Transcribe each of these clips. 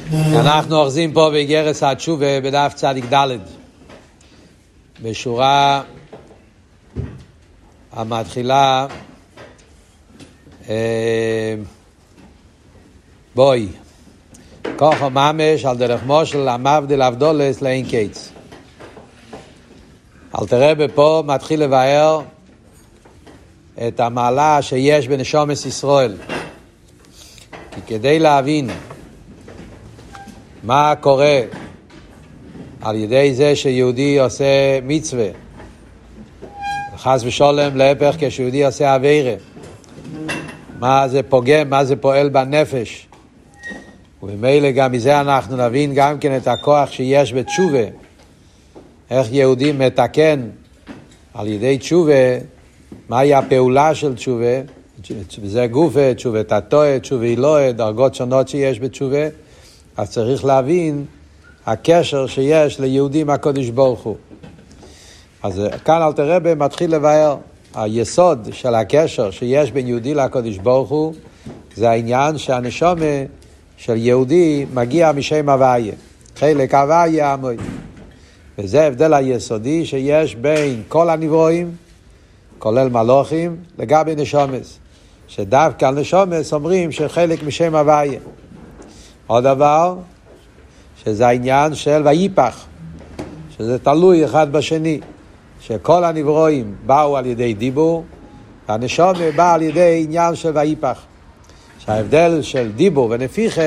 אנחנו אוחזים פה באיגרת התשובה בדף צדיק ד' בשורה המתחילה בואי כוחו ממש על דרך מושל המבדיל אבדולס לאין קיץ. אל תראה בפה מתחיל לבאר את המעלה שיש בנשומת ישראל, כי כדי להבין מה קורה על ידי זה שיהודי עושה מצווה, חס ושלום להפך כשיהודי עושה עבירה, מה זה פוגם, מה זה פועל בנפש, ובמילא גם מזה אנחנו נבין גם כן את הכוח שיש בתשובה, איך יהודי מתקן על ידי תשובה, מהי הפעולה של תשובה, וזה גופה, תשובה תתועה, תשובה אילוה, דרגות שונות שיש בתשובה. אז צריך להבין הקשר שיש ליהודים הקודש ברוך הוא. אז כאן אל תראה מתחיל לבאר היסוד של הקשר שיש בין יהודי לקודש ברוך הוא, זה העניין שהנשמה של יהודי מגיע משם הוויה, חלק הוויה עמוי, וזה ההבדל היסודי שיש בין כל הנברואים כולל מלוכים לגבי נשומס, שדווקא על נשומס אומרים שחלק משם הוויה. עוד דבר, שזה העניין של ויפח, שזה תלוי אחד בשני, שכל הנברואים באו על ידי דיבור, והנשמה בא על ידי עניין של ויפח. שההבדל של דיבור ונפיחה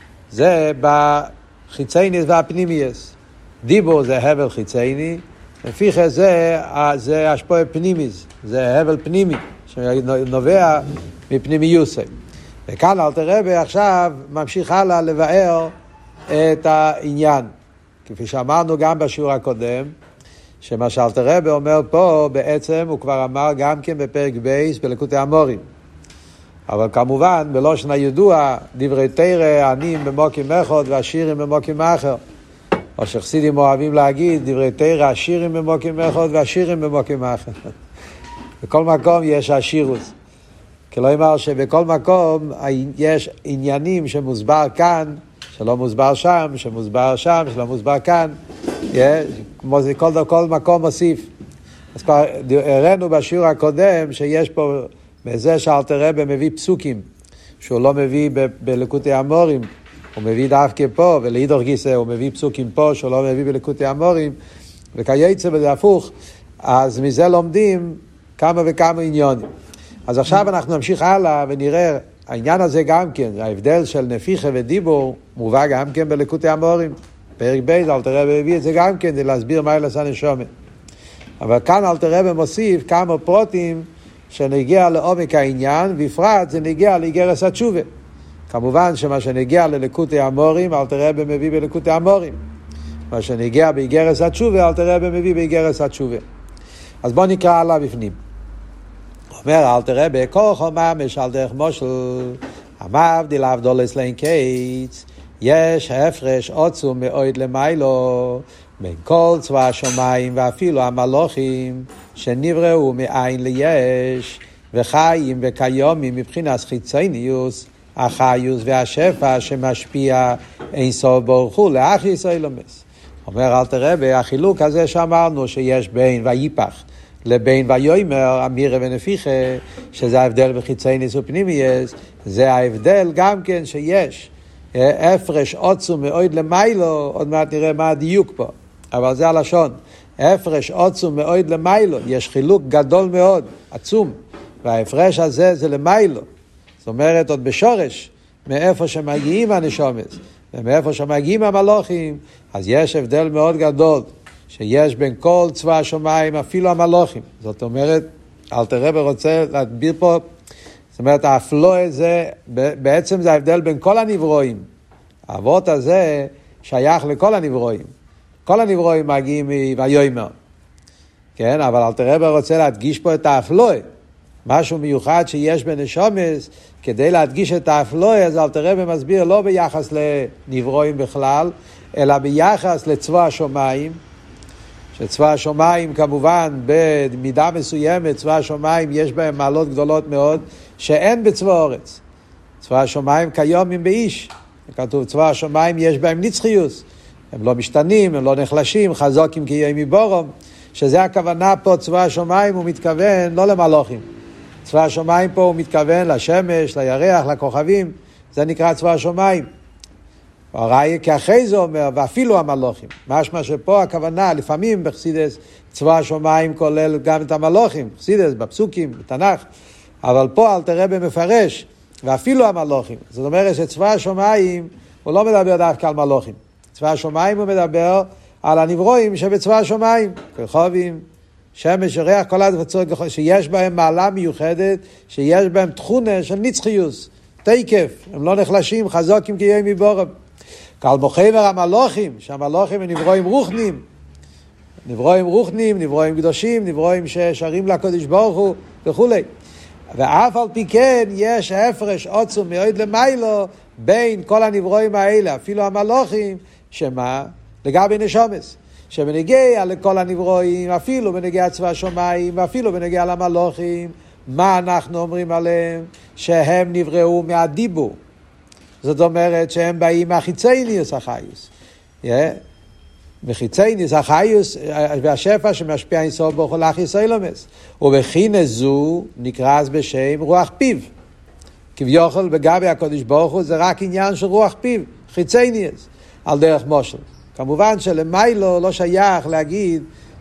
זה בחיצייניס והפנימייס. דיבור זה הבל חיצייני, נפיחה זה השפוע פנימיס, זה הבל פנימי, שנובע מפנימיוסי. וכאן אל תראה עכשיו ממשיך הלאה לבאר את העניין. כפי שאמרנו גם בשיעור הקודם, שמה שאל תראה אומר פה בעצם הוא כבר אמר גם כן בפרק בייס בליקוטי המורים. אבל כמובן בלושן הידוע דברי תורה עניים במוקים אחד ועשירים במוקים אחר. או שחסידים אוהבים להגיד דברי תורה עשירים במוקים אחד ועשירים במוקים אחר. בכל מקום יש עשירוס. כלומר שבכל מקום יש עניינים שמוסבר כאן, שלא מוסבר שם, שמוסבר שם, שלא מוסבר כאן, כמו זה כל מקום מוסיף. אז כבר הראינו בשיעור הקודם שיש פה, בזה שאל תראה מביא פסוקים, שהוא לא מביא בליקוטי המורים, הוא מביא דווקא פה, ולהידור גיסא הוא מביא פסוקים פה, שהוא לא מביא בליקוטי המורים, וכייצא בזה הפוך, אז מזה לומדים כמה וכמה עניונים. אז עכשיו אנחנו נמשיך הלאה ונראה העניין הזה גם כן, ההבדל של נפיחה ודיבור מובא גם כן בליקוטי המורים. פרק בייס אל תראה מביא את זה גם כן, כדי להסביר מה אלס הנשמה. אבל כאן אל תראה מוסיף כמה פרוטים שנגיע לעומק העניין, בפרט זה נגיע לאיגרת התשובה. כמובן שמה שנגיע לליקוטי המורים, אל תראה מביא בליקוטי המורים. מה שנגיע באיגרת התשובה, אל תראה מביא באיגרת התשובה. אז בואו נקרא הלאה בפנים. אומר אל תראה בכוחו ממש על דרך מושל המבדיל אבדולס לאין קיץ, יש הפרש עצום מאוד למיילו בין כל צבא השמיים ואפילו המלוכים שנבראו מאין ליש וחיים וקיומים מבחינת חיצוניוס, החיוס והשפע שמשפיע אין סוף ברוך הוא לאחי ישראל. אומר אל תראה החילוק הזה שאמרנו שיש בין ויפח לבין ויאמר אמירה ונפיחה, שזה ההבדל בחיצייניס ופנימייס, זה ההבדל גם כן שיש הפרש עצום מאוד למיילו. עוד מעט נראה מה הדיוק פה, אבל זה הלשון, הפרש עצום מאוד למיילו, יש חילוק גדול מאוד, עצום, וההפרש הזה זה למיילו, זאת אומרת עוד בשורש מאיפה שמגיעים הנשומות ומאיפה שמגיעים המלוכים, אז יש הבדל מאוד גדול שיש בין כל צבא השמיים אפילו המלוכים. זאת אומרת אל תראה רוצה להדביר פה, זאת אומרת האפלואה זה בעצם זה ההבדל בין כל הנברואים. האבות הזה שייך לכל הנברואים, כל הנברואים מגיעים ויאמר, כן? אבל אל תראה רוצה להדגיש פה את האפלואה, משהו מיוחד שיש בנשומס, כדי להדגיש את האפלואה. אז אל תראה מסביר לא ביחס לנברואים בכלל, אלא ביחס לצבא השמיים, שצבא השמיים כמובן במידה מסוימת, צבא השמיים יש בהם מעלות גדולות מאוד שאין בצבא אורץ. צבא השמיים כיום עם באיש, כתוב צבא השמיים יש בהם נצחיוס, הם לא משתנים, הם לא נחלשים, חזוקים כי יהיה מבורום, שזה הכוונה פה צבא השמיים, הוא מתכוון לא למלוכים. צבא השמיים פה הוא מתכוון לשמש, לירח, לכוכבים, זה נקרא צבא השמיים. הראי כי אחרי זה אומר, ואפילו המלוכים. משמע שפה הכוונה, לפעמים בחסידס, צבא השמיים כולל גם את המלוכים, בחסידס, בפסוקים, בתנ"ך, אבל פה אלתר רבי מפרש, ואפילו המלוכים. זאת אומרת שצבא השמיים, הוא לא מדבר דווקא על מלוכים. צבא השמיים הוא מדבר על הנברואים שבצבא השמיים, כוכבים, שמש, ירח, כל הדברים שיש בהם מעלה מיוחדת, שיש בהם תכונה של נצחיוס, תקף, הם לא נחלשים, חזוקים כי יהיה מבורם. קל מוחמר המלוכים, שהמלוכים הם נברואים רוחנים, נברואים קדושים, נברואים ששרים לקודש ברוך הוא וכו'. ואף על פי כן יש הפרש עצום מאוד למיילו בין כל הנברואים האלה, אפילו המלוכים, שמה? לגבי נשומס. שבנגיע לכל הנברואים, אפילו בנגיע צבא השמיים, אפילו בנגיע למלוכים, מה אנחנו אומרים עליהם? שהם נבראו מהדיבור. זאת אומרת שהם באים מהחיצייניוס החיוס. מחיצייניוס החיוס והשפע שמשפיע אינסוף ברוך הוא לאחי סוילומס. ובחינה זו נקרא בשם רוח פיו. כביכול בגבי הקודש ברוך הוא זה רק עניין של רוח פיו, חיצייניוס, על דרך מושל. כמובן שלמיילו לא שייך להגיד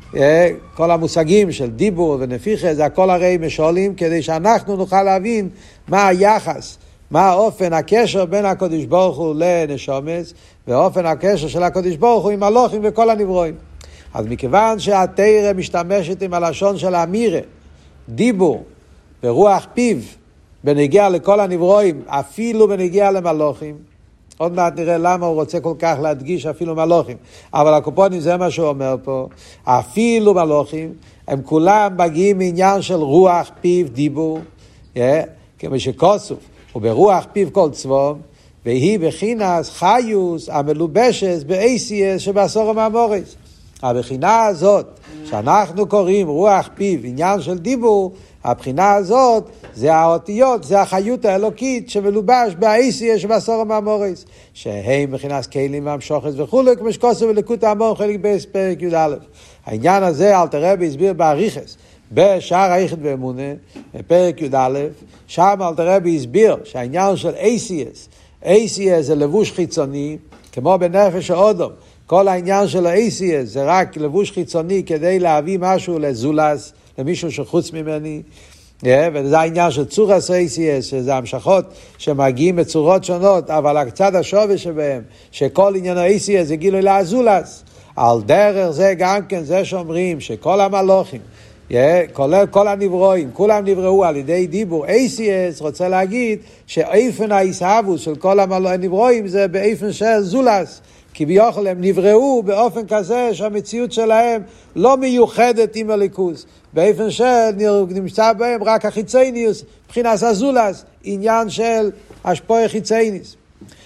כל המושגים של דיבור ונפיחה, זה הכל הרי משולים כדי שאנחנו נוכל להבין מה היחס, מה האופן הקשר בין הקודש ברוך הוא לנשומס, ואופן הקשר של הקודש ברוך הוא עם מלוכים וכל הנברואים. אז מכיוון שהתורה משתמשת עם הלשון של האמירה, דיבור ורוח פיו, בנגיע לכל הנברואים, אפילו בנגיע למלוכים, עוד מעט נראה למה הוא רוצה כל כך להדגיש אפילו מלוכים. אבל הקופונים זה מה שהוא אומר פה. אפילו מלוכים, הם כולם מגיעים מעניין של רוח פיו דיבור, כמו שכוסוף, וברוח פיו כל צבום, והיא בחינס חיוס המלובשת באייסיאס שבעשור המאמורס. הבחינה הזאת, שאנחנו קוראים רוח פיו, עניין של דיבור, הבחינה הזאת זה האותיות, זה החיות האלוקית שמלובש באייסיאס שבעשור המאמורס, שהם בחינס כלים והמשוחס וכו', כמו שכוסו ולקוט האמור חלק בפרק י"א. העניין הזה אלתר רבי הסביר באריכות בשער היחד ואמונה, בפרק י"א, שם אלתר רבי הסביר שהעניין של אייסיאס זה לבוש חיצוני, כמו בנפש האדם. כל העניין של האייסיאס זה רק לבוש חיצוני כדי להביא משהו לזולס, למישהו שחוץ ממני, וזה העניין של צורס אייסיאס, שזה המשכות שמגיעים בצורות שונות, אבל הקצת השווה שבהם, שכל עניין האייסיאס זה גילוי להזולס. על דרך זה גם כן זה שאומרים שכל המלוכים, כולל כל הנברואים, כולם נבראו על ידי דיבור. אייסיאס רוצה להגיד שאיפן ההסהבוס של כל הנברואים זה באיפן של זולס, כי ביוכל הם נבראו באופן כזה שהמציאות שלהם לא מיוחדת עם הליכוס, באופן של נמצא בהם רק החיצייניוס, מבחינת הזולס, עניין של השפוע חיצייניס.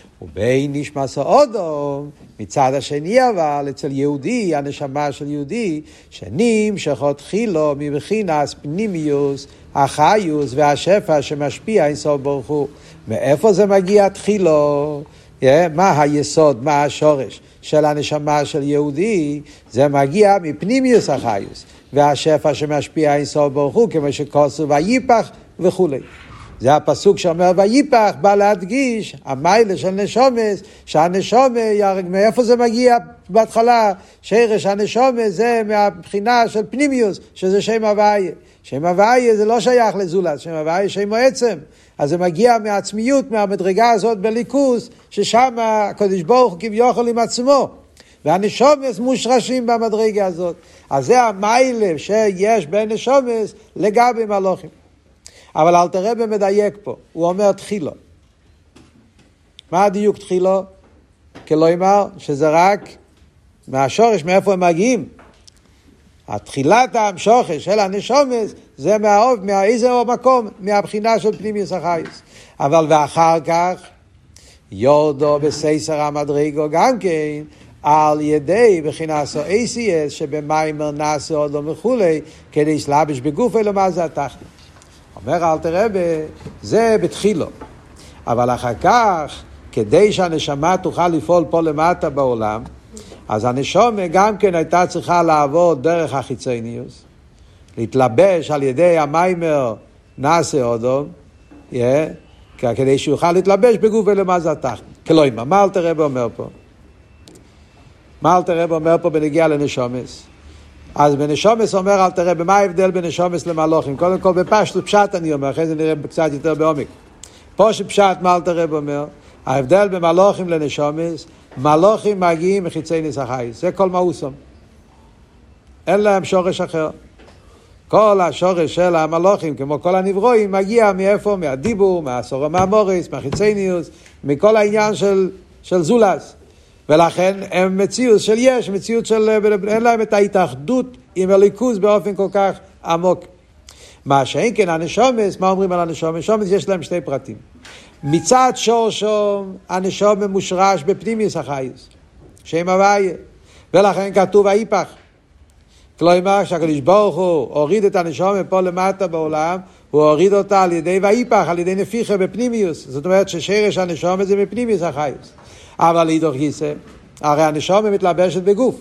ובין נשמס האודום, מצד השני אבל אצל יהודי, הנשמה של יהודי, שנמשכות תחילו מבחינת פנימיוס, החיוס והשפע שמשפיע אינסוף ברוך הוא. מאיפה זה מגיע תחילו? מה היסוד, מה השורש של הנשמה של יהודי? זה מגיע מפנימיוס החיוס והשפע שמשפיע אינסוף ברוך הוא, כמו שכוסו ויפח וכו'. זה הפסוק שאומר ויפח, בא להדגיש המיילה של נשומס, שהנשומה, מאיפה זה מגיע בהתחלה? שרש הנשומה זה מהבחינה של פנימיוס, שזה שם הוויה. שם הוויה זה לא שייך לזולת, שם הוויה שם העצם. אז זה מגיע מהעצמיות, מהמדרגה הזאת בליכוס, ששם הקדוש ברוך הוא כביכול עם עצמו. והנשומס מושרשים במדרגה הזאת. אז זה המיילה שיש בין נשומס לגבי מלוכים. אבל אלתר רבי מדייק פה, הוא אומר תחילו. מה הדיוק תחילו? כלומר, שזה רק מהשורש, מאיפה הם מגיעים. התחילת המשוחש של הנשומס, זה מאיזה מקום, מהבחינה של פנימיוס החייס. אבל ואחר כך, יורדו בסייסר המדרגו גם כן, על ידי בחינס או אייסיאס, שבמיימר נעשה עוד לא מחולי, כדי שלבש בגוף אלו מה זה התחתית. אומר אלתר רבי, זה בתחילו. אבל אחר כך כדי שהנשמה תוכל לפעול פה למטה בעולם, אז הנשמה גם כן הייתה צריכה לעבוד דרך החיצוניוס, להתלבש על ידי המיימר נעשה אודום, כדי שיוכל להתלבש בגוף ולמעשה התחתון. כלומר, מה אלתר רבי אומר פה? מה אלתר רבי אומר פה בנגיעה לנשומס? אז בנשומס אומר אלתר רבי, מה ההבדל בין נשומס למלוכים? קודם כל בפשטות פשט אני אומר, אחרי זה נראה קצת יותר בעומק. פה שפשט מה אלתר רבי אומר? ההבדל בין מלוכים לנשומס, מלוכים מגיעים מחיצי ניס החייס, זה כל מאוסם. אין להם שורש אחר. כל השורש של המלוכים, כמו כל הנברואים, מגיע מאיפה? מהדיבור, מהסורה מהמוריס, מהחיצניוס, מכל העניין של זולס. ולכן הם מציאות של יש, מציאות של... אין להם את ההתאחדות עם הליכוז באופן כל כך עמוק. מה שאין כן הנשומס, מה אומרים על הנשומס? הנשומס יש להם שתי פרטים. מצד שורשום, הנשומס מושרש בפנימיוס החייס, שם הוויה. ולכן כתוב היפך. כלומר, שהקדוש ברוך הוא הוריד את הנשמה פה למטה בעולם, הוא הוריד אותה על ידי ויפח, על ידי נפיחה בפנימיוס. זאת אומרת ששרש הנשמה זה בפנימיוס החייס. אבל להידור גיסא, הרי הנשמה מתלבשת בגוף.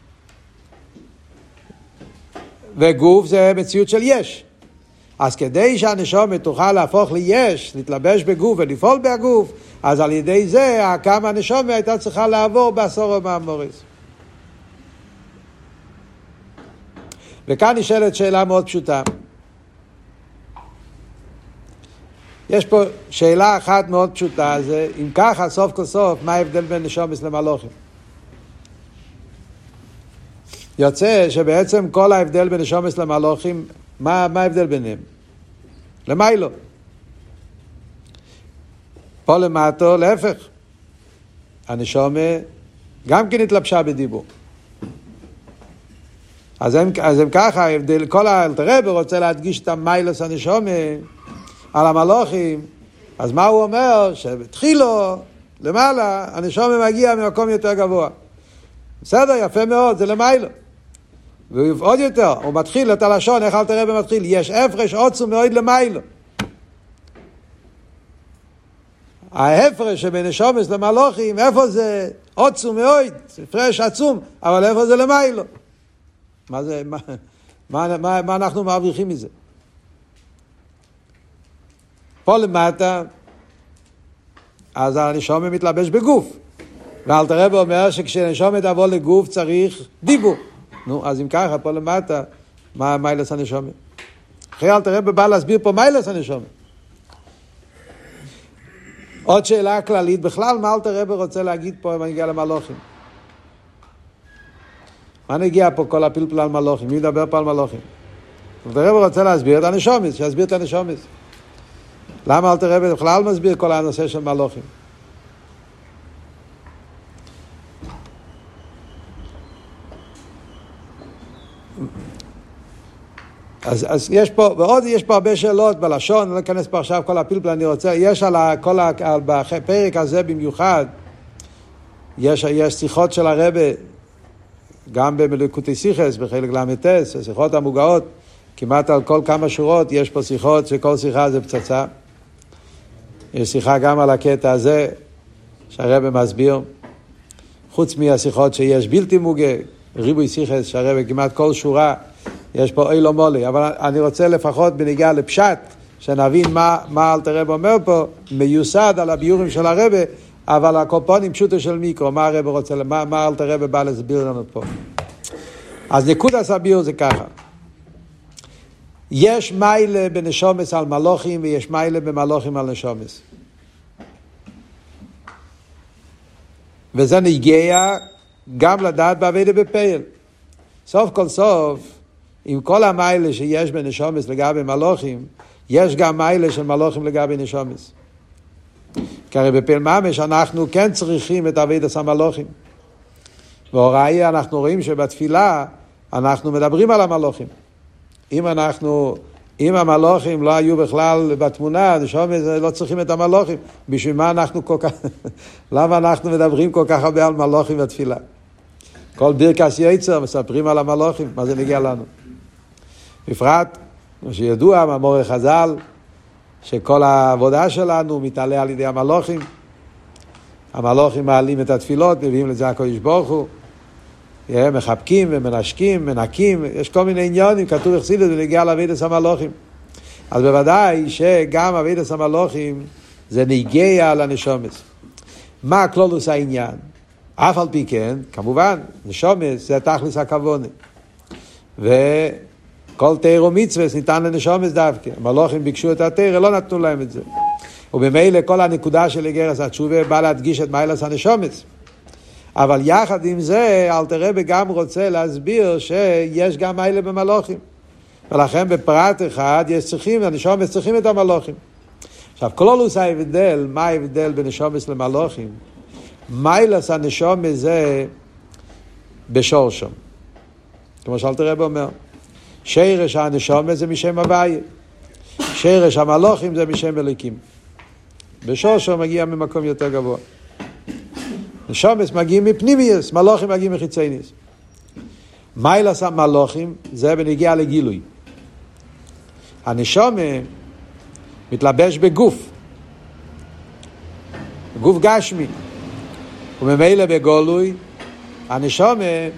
וגוף זה מציאות של יש. אז כדי שהנשמה תוכל להפוך ליש, להתלבש בגוף ולפעול בגוף, אז על ידי זה, כמה הנשמה הייתה צריכה לעבור בעשור מהמוריס. וכאן נשאלת שאלה מאוד פשוטה. יש פה שאלה אחת מאוד פשוטה, זה אם ככה סוף כל סוף, מה ההבדל בין נשומס למלוכים? יוצא שבעצם כל ההבדל בין נשומס למלוכים, מה ההבדל ביניהם? למיילו. פה למטו, להפך. הנשומה גם כן התלבשה בדיבור. אז הם ככה, כל האלתר רבי רוצה להדגיש את המיילוס הנשומה על המלוכים. אז מה הוא אומר? שבתחילו, למעלה, הנשומה מגיע ממקום יותר גבוה. בסדר, יפה מאוד, זה למיילו. ועוד יותר, הוא מתחיל את הלשון, איך אלתר רבי מתחיל? יש הפרש עוצם מאוד למיילו. ההפרש שבין נשומס למלוכים, איפה זה? עוצם מאוד, הפרש עצום, אבל איפה זה למיילו? מה זה, מה אנחנו מעריכים מזה? פה למטה, אז הנשמה מתלבש בגוף. ואלתר רבי אומר שכשנשמה תבוא לגוף צריך דיבור. נו, אז אם ככה, פה למטה, מה מיילס הנשמה? אחרי אלתר רבי בא להסביר פה מיילס הנשמה. עוד שאלה כללית, בכלל מה אלתר רבי רוצה להגיד פה אם נגיע למלוכים? מה נגיע פה כל הפלפל על מלוכים? מי מדבר פה על מלוכים? אלתר רבי רוצה להסביר את הנשומס, שיסביר את הנשומס. למה אלתר רבי בכלל מסביר כל הנושא של מלוכים? אז יש פה, ועוד יש פה הרבה שאלות בלשון, אני לא אכנס פה עכשיו כל הפלפל, אני רוצה, יש בפרק הזה במיוחד, יש שיחות של הרבי, גם במלכותי שיחס, בחלק למתס, שיחות המוגעות, כמעט על כל כמה שורות, יש פה שיחות שכל שיחה זה פצצה. יש שיחה גם על הקטע הזה, שהרבי מסביר, חוץ מהשיחות שיש בלתי מוגה, ריבוי שיחס, שהרבי כמעט כל שורה, יש פה אי לא מולי, אבל אני רוצה לפחות בניגע לפשט, שנבין מה אלתר רבי אומר פה, מיוסד על הביורים של הרבי, אבל הקופונים פשוטו של מיקרו, מה הרבי רוצה, מה אלתר רבי בא להסביר לנו פה. אז נקודת הביור זה ככה. יש מיילה בנשומס על מלוכים, ויש מיילה במלוכים על נשומס. וזה נגיע גם לדעת בעבודה בפייל. סוף כל סוף, עם כל המיילה שיש בנשומס לגבי מלוכים, יש גם מיילה של מלוכים לגבי נשומס. כי הרי בפייל ממש אנחנו כן צריכים את עבודת המלוכים. והוראי אנחנו רואים שבתפילה אנחנו מדברים על המלוכים. אם המלוכים לא היו בכלל בתמונה, נשומס לא צריכים את המלוכים. בשביל מה אנחנו כל כך, למה אנחנו מדברים כל כך הרבה על מלוכים בתפילה? כל ברכת יצר מספרים על המלוכים, מה זה נגיע לנו? בפרט, כמו שידוע, מאמרי חז"ל, שכל העבודה שלנו מתעלה על ידי המלוכים, המלוכים מעלים את התפילות, מביאים לזה הקדוש ברוך הוא, מחבקים ומנשקים, מנקים, יש כל מיני עניונים, כתוב בחסידות ונגיע לעבודת המלוכים. אז בוודאי שגם עבודת המלוכים זה נגיע לנשומס. מה הכלולוס העניין? אף על פי כן, כמובן, נשומס זה תכלס הכוונה. וכל תורה ומצווה ניתן לנשומס דווקא. המלוכים ביקשו את התורה, לא נתנו להם את זה. ובמילא כל הנקודה של איגרס התשובה באה להדגיש את מיילס הנשומס. אבל יחד עם זה, אלתר רבי גם רוצה להסביר שיש גם מיילה במלוכים. ולכן בפרט אחד יש צריכים, הנשומס צריכים את המלוכים. עכשיו, כלולוס ההבדל, מה ההבדל בין נשומס למלוכים? מיילס הנשומס זה בשורשם. כמו שאלתר רבי אומר, שרש הנשומס זה משם הוויה. שרש המלוכים זה משם אלוקים. בשורשם מגיע ממקום יותר גבוה. נשומס מגיעים מפנימיוס, מלוכים מגיעים מחיצייניוס. מיילס המלוכים זה בנגיע לגילוי. הנשום מתלבש בגוף. גוף גשמי. וממילא בגולוי, הנשום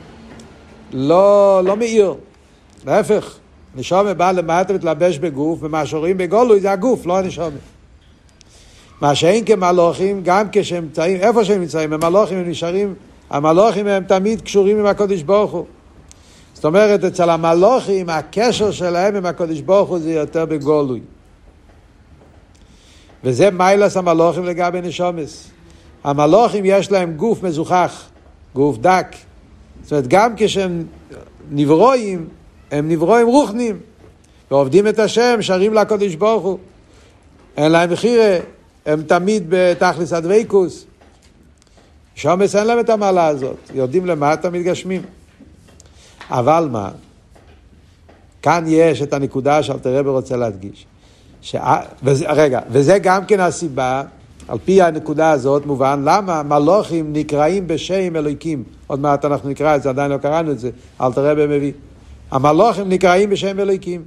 לא מאיר. להפך, הנשום בא למטה מתלבש בגוף, ומה שרואים בגולוי זה הגוף, לא הנשום. מה שאין כמלוכים, גם כשהם נמצאים, איפה שהם נמצאים, המלוכים הם נשארים, המלוכים הם תמיד קשורים עם הקדוש ברוך הוא. זאת אומרת, אצל המלוכים, הקשר שלהם עם הקדוש ברוך הוא זה יותר בגולוי. וזה מיילס המלוכים לגבי נשומס. המלוכים יש להם גוף מזוכח, גוף דק. זאת אומרת, גם כשהם נברואים, הם נברואים רוחנים, ועובדים את השם, שרים לקדוש ברוך הוא. אין להם מחירה, הם תמיד בתכלס הדבקות. שומס אין להם את המעלה הזאת, יודעים למטה מתגשמים. אבל מה? כאן יש את הנקודה שאלתר רבי רוצה להדגיש. וזה גם כן הסיבה, על פי הנקודה הזאת מובן, למה מלוכים נקראים בשם אלוקים. עוד מעט אנחנו נקרא את זה, עדיין לא קראנו את זה, אלתר רבי מביא. המלוכים נקראים בשם אלוקים.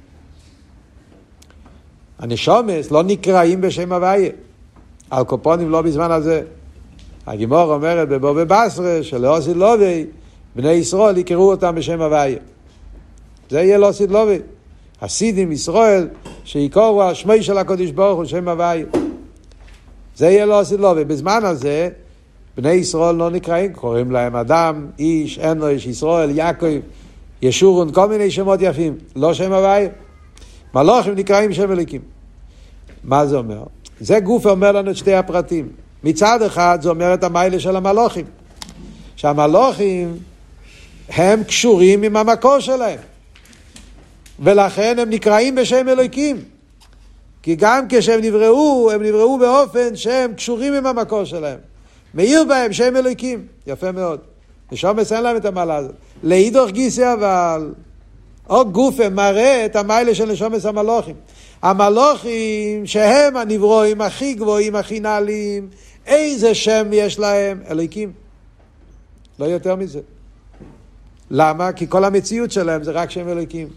הנשומס לא נקראים בשם הוויה. על קופונים לא בזמן הזה. הגימור אומרת בבובה בסרה שלא עשית לובי, בני ישראל יקראו אותם בשם הוויה. זה יהיה לא עשית לובי. הסידים ישראל שיקראו השמי של הקדוש ברוך הוא שם הוויה. זה יהיה לא עשית לובי. בזמן הזה בני ישראל לא נקראים, קוראים להם אדם, איש, אנוש, ישראל, יעקב, ישורון, כל מיני שמות יפים. לא שם הוויה. מלוכים נקראים שם אלוקים. מה זה אומר? זה גוף אומר לנו את שתי הפרטים. מצד אחד זה אומר את המיילה של המלוכים. שהמלוכים הם קשורים עם המקור שלהם. ולכן הם נקראים בשם אלוקים. כי גם כשהם נבראו, הם נבראו באופן שהם קשורים עם המקור שלהם. מאיר בהם שם אלוקים. יפה מאוד. נשומס אין להם את המעלה הזאת. להידוך גיסא אבל או גופה מראה את המיילה של נשומס המלוכים. המלוכים שהם הנברואים הכי גבוהים, הכי נעלים, איזה שם יש להם? אלוקים. לא יותר מזה. למה? כי כל המציאות שלהם זה רק שם אלוקים.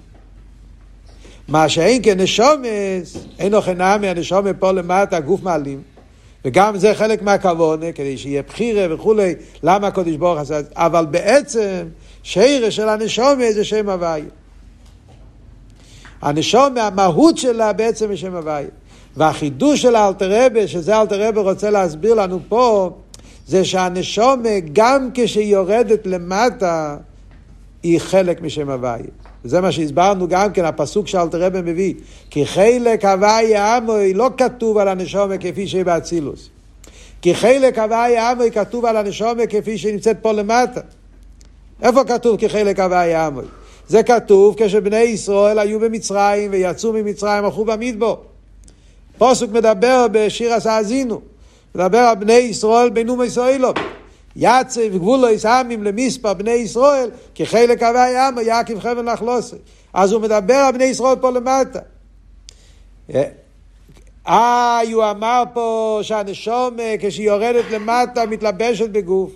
מה שאין כנשומס, אין לו חינמי, הנשומס פה למטה, הגוף מעלים, וגם זה חלק מהכוונה, כדי שיהיה בחירה וכולי, למה הקדוש ברוך עשה את זה? אבל בעצם, שרש של הנשומס זה שם הוויה. הנשומס, המהות שלה בעצם זה שם הוויה. והחידוש של אלתר רבי, שזה אלתר רבי רוצה להסביר לנו פה, זה שהנשומס, גם כשהיא יורדת למטה, היא חלק משם הוויה. וזה מה שהסברנו גם כן, הפסוק שאלתר רבי מביא, כי חלק הוויה עמוי לא כתוב על הנשומס כפי שהיא באצילוס. כי חלק הוויה עמוי כתוב על הנשומס כפי שהיא נמצאת פה למטה. איפה כתוב כי חלק הוויה עמוי? זה כתוב כשבני ישראל היו במצרים ויצאו ממצרים, הלכו במדבר. פסוק מדבר בשיר האזינו, מדבר על בני ישראל בינו מישראלו. יצא וגבולו יסעמים למספר בני ישראל, כי חלק הוויה עמוי יעקב חבל נחלוסי. אז הוא מדבר על בני ישראל פה למטה. הוא אמר פה שהנשום כשהיא יורדת למטה מתלבשת בגוף.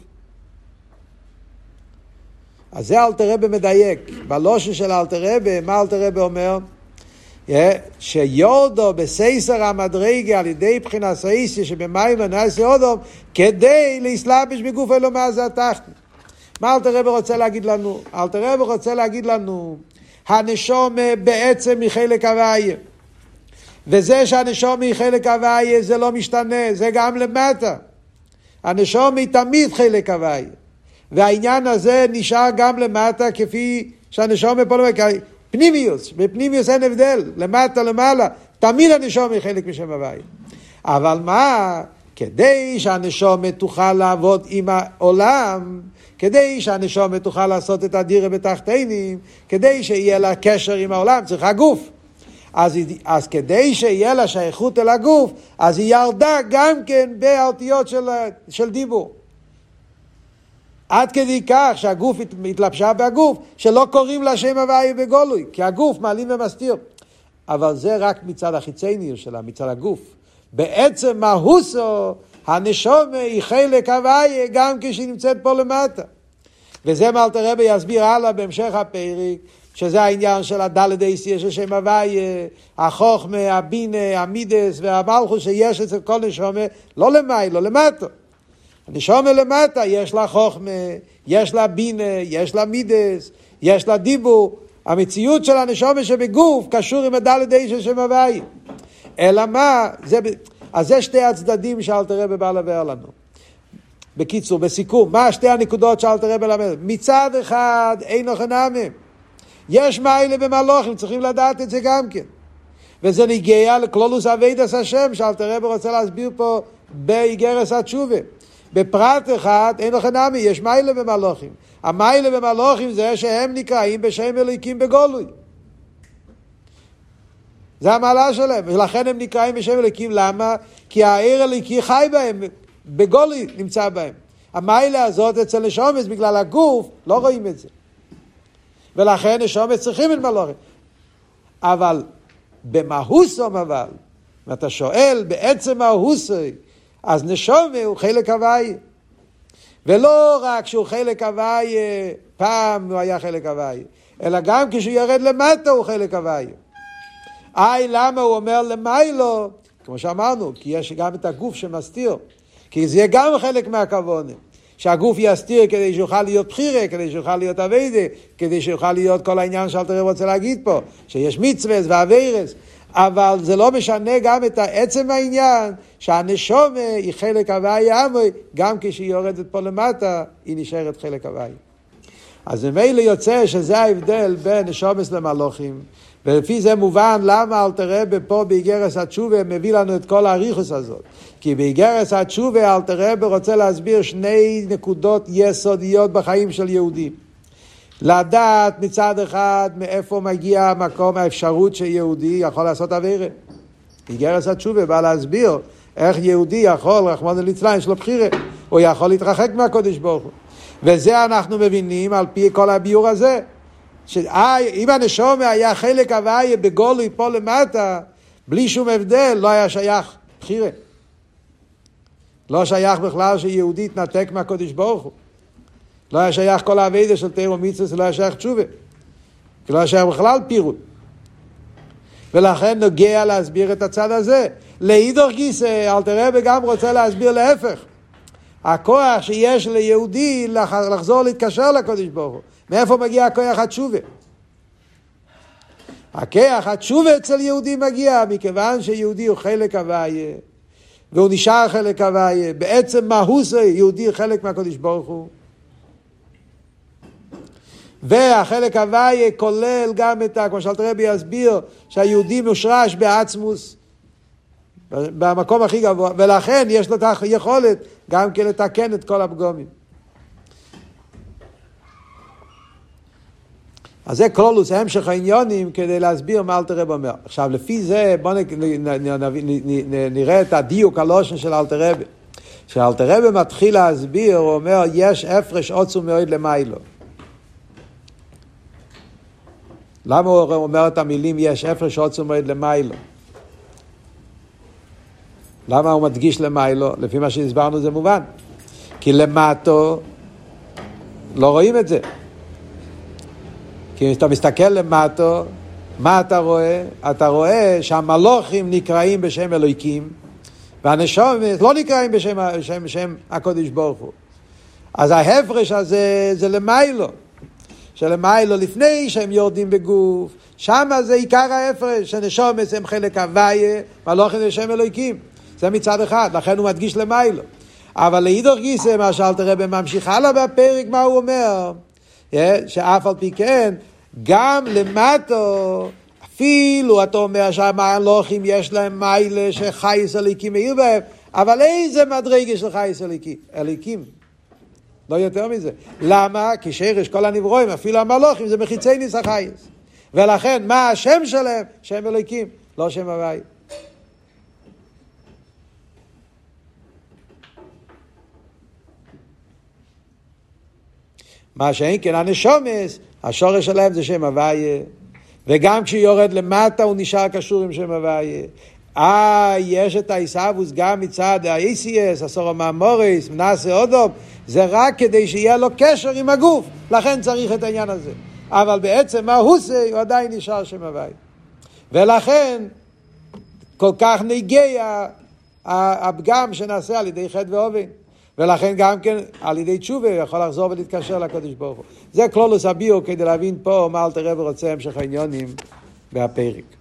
אז זה אלתר רבי מדייק. בלושן של אלתר רבי, מה אלתר רבי אומר? שיורדו בסייסר המדרגה על ידי בחינה סייסיה שבמים ונעשה אודום כדי להסלבש בגוף אלו מה זה התחתן. מה אלתר רבי רוצה להגיד לנו? אלתר רבי רוצה להגיד לנו הנשום בעצם מחלק הוויה, וזה שהנשום מחלק הוויה זה לא משתנה, זה גם למטה. הנשום היא תמיד חלק הוויה, והעניין הזה נשאר גם למטה כפי שהנשום פנימיוס, בפנימיוס אין הבדל, למטה למעלה, תמיד הנשום היא חלק משם הוויה. אבל מה? כדי שהנשום תוכל לעבוד עם העולם, כדי שהנשום תוכל לעשות את הדירה בתחתינים, כדי שיהיה לה קשר עם העולם, צריך הגוף. אז כדי שיהיה לה שייכות אל הגוף, אז היא ירדה גם כן באותיות של דיבור. עד כדי כך שהגוף התלבשה בגוף, שלא קוראים לה שם הוויה בגולוי, כי הגוף מעלים ומסתיר. אבל זה רק מצד החיצייני שלה, מצד הגוף. בעצם מהוסו, הנשום היא חלק הוויה גם כשהיא נמצאת פה למטה. וזה מה אלתר רבי יסביר הלאה בהמשך הפרק, שזה העניין של הדלת אייסיה של שם הוויה, החוכמה, הבינה, המידס והמלכות שיש אצל כל נשומה, לא למעלה, לא למטה. הנשומה למטה יש לה חוכמה, יש לה בינה, יש לה מידס, יש לה דיבור. המציאות של הנשומה שבגוף קשור עם הדלת אייסיה של שם הוויה. אלא מה? אז זה שתי הצדדים שאלתר רבי בא לבאר לנו. בקיצור, בסיכום, מה שתי הנקודות שאלתר רבי למד? מצד אחד, אין חינמים. יש מעלה במלוכים, צריכים לדעת את זה גם כן. וזה נגיע לכלולוס עבודת השם, שאלתר רבי רוצה להסביר פה באיגרת התשובה. בפרט אחד, אין חינמים, יש מעלה במלוכים. המעלה במלוכים זה שהם נקראים בשם אלוהיקים בגולוי. זה המעלה שלהם, ולכן הם נקראים בשם אלוהיקים. למה? כי העיר אלוהיקי חי בהם, בגולי נמצא בהם. המעלה הזאת אצל נשומס בגלל הגוף, לא רואים את זה. ולכן נשומס צריכים את מלוכים. אבל במהוסום אבל, אם אתה שואל בעצם מהוסוי, אז נשומה הוא חלק הוויה. ולא רק שהוא חלק הוויה, פעם הוא היה חלק הוויה, אלא גם כשהוא ירד למטה הוא חלק הוויה. למה הוא אומר למיילו? כמו שאמרנו, כי יש גם את הגוף שמסתיר. כי זה גם חלק מהכוונה. שהגוף יסתיר כדי שיוכל להיות בחירה, כדי שיוכל להיות עבודה, כדי שיוכל להיות כל העניין שאלתר רבי רוצה להגיד פה, שיש מצווה ועבירות, אבל זה לא משנה גם את עצם העניין, שהנשומה היא חלק הוויה עמוי, גם כשהיא יורדת פה למטה, היא נשארת חלק הוויה. אז ממילא יוצא שזה ההבדל בין נשומס למלוכים, ולפי זה מובן למה אלתר רבי פה באיגרת התשובה מביא לנו את כל האריכות הזאת. כי באיגרת התשובה אלתר רבי רוצה להסביר שני נקודות יסודיות בחיים של יהודים. לדעת מצד אחד מאיפה מגיע המקום האפשרות שיהודי יכול לעשות עבירה. באיגרת התשובה בא להסביר איך יהודי יכול, רחמנא ליצלן, יש לו בחירה, הוא יכול להתרחק מהקדוש ברוך הוא. וזה אנחנו מבינים על פי כל הביור הזה. שאם הנשומה היה חלק הוויה בגולוי פה למטה, בלי שום הבדל, לא היה שייך בחירה. לא שייך בכלל שיהודי התנתק מהקדוש ברוך הוא. לא היה שייך כל העבודה של תורה ומצוות, לא היה שייך תשובה. כי לא היה שייך בכלל פירוט. ולכן נוגע להסביר את הצד הזה. לאידך גיסא, אלתר רבי גם רוצה להסביר להפך. הכוח שיש ליהודי לחזור להתקשר לקדוש ברוך הוא. מאיפה מגיע הכוח התשובה? הכוח התשובה אצל יהודי מגיע מכיוון שיהודי הוא חלק הוויה, והוא נשאר חלק הוויה. בעצם מהות יהודי חלק מהקדוש ברוך הוא. והחלק הוויה כולל גם את, כמו שאלתר רבי יסביר, שהיהודי מושרש בעצמוס, במקום הכי גבוה, ולכן יש לו את היכולת גם כן לתקן את כל הפגומים. אז זה כלולוס המשך העניונים כדי להסביר מה אלתר רבי אומר. עכשיו לפי זה בואו נראה את הדיוק הלושן של אלתר רבי. כשאלתר רבי מתחיל להסביר, הוא אומר יש הפרש עצום מאוד למיילו. למה הוא אומר את המילים יש הפרש עצום מאוד למיילו? למה הוא מדגיש למיילו? לפי מה שהסברנו זה מובן. כי למטו לא רואים את זה. כי אם אתה מסתכל למטו, מה אתה רואה? אתה רואה שהמלוכים נקראים בשם אלוהיקים, והנשומת לא נקראים בשם הקודש ברוך הוא. אז ההפרש הזה זה למיילו, שלמיילו לפני שהם יורדים בגוף, שם זה עיקר ההפרש, שנשומת הם חלק הוויה, מלוכים בשם אלוהיקים. זה מצד אחד, לכן הוא מדגיש למיילו. אבל להידור גיסא, מה שאלת הרב ממשיך הלאה בפרק, מה הוא אומר? שאף על פי כן, גם למטו, אפילו אתה אומר שהמלוכים יש להם מיילה שחייס אלוהיקים מאיר בהם, אבל איזה מדרגה של חייס אלוהיקים? לא יותר מזה. למה? כי שרש כל הנברואים, אפילו המלוכים, זה מחיצי ניס החייס. ולכן, מה השם שלהם? שם אלוהיקים, לא שם הוואי. מה שאין כן הנשומס, השורש שלהם זה שם הוויה, וגם כשיורד למטה הוא נשאר קשור עם שם הוויה. יש את האיסאבוס גם מצד ה-ACS, הסורו מאמוריס, מנסה אודום, זה רק כדי שיהיה לו קשר עם הגוף, לכן צריך את העניין הזה. אבל בעצם מה הוא עושה, הוא עדיין נשאר שם הוויה. ולכן כל כך נגיע הפגם שנעשה על ידי חטא ואובן. ולכן גם כן על ידי תשובה יכול לחזור ולהתקשר לקדוש ברוך הוא. זה כלולוס הביור כדי להבין פה מה אלתר רבי רוצה המשך העניונים בהפרק.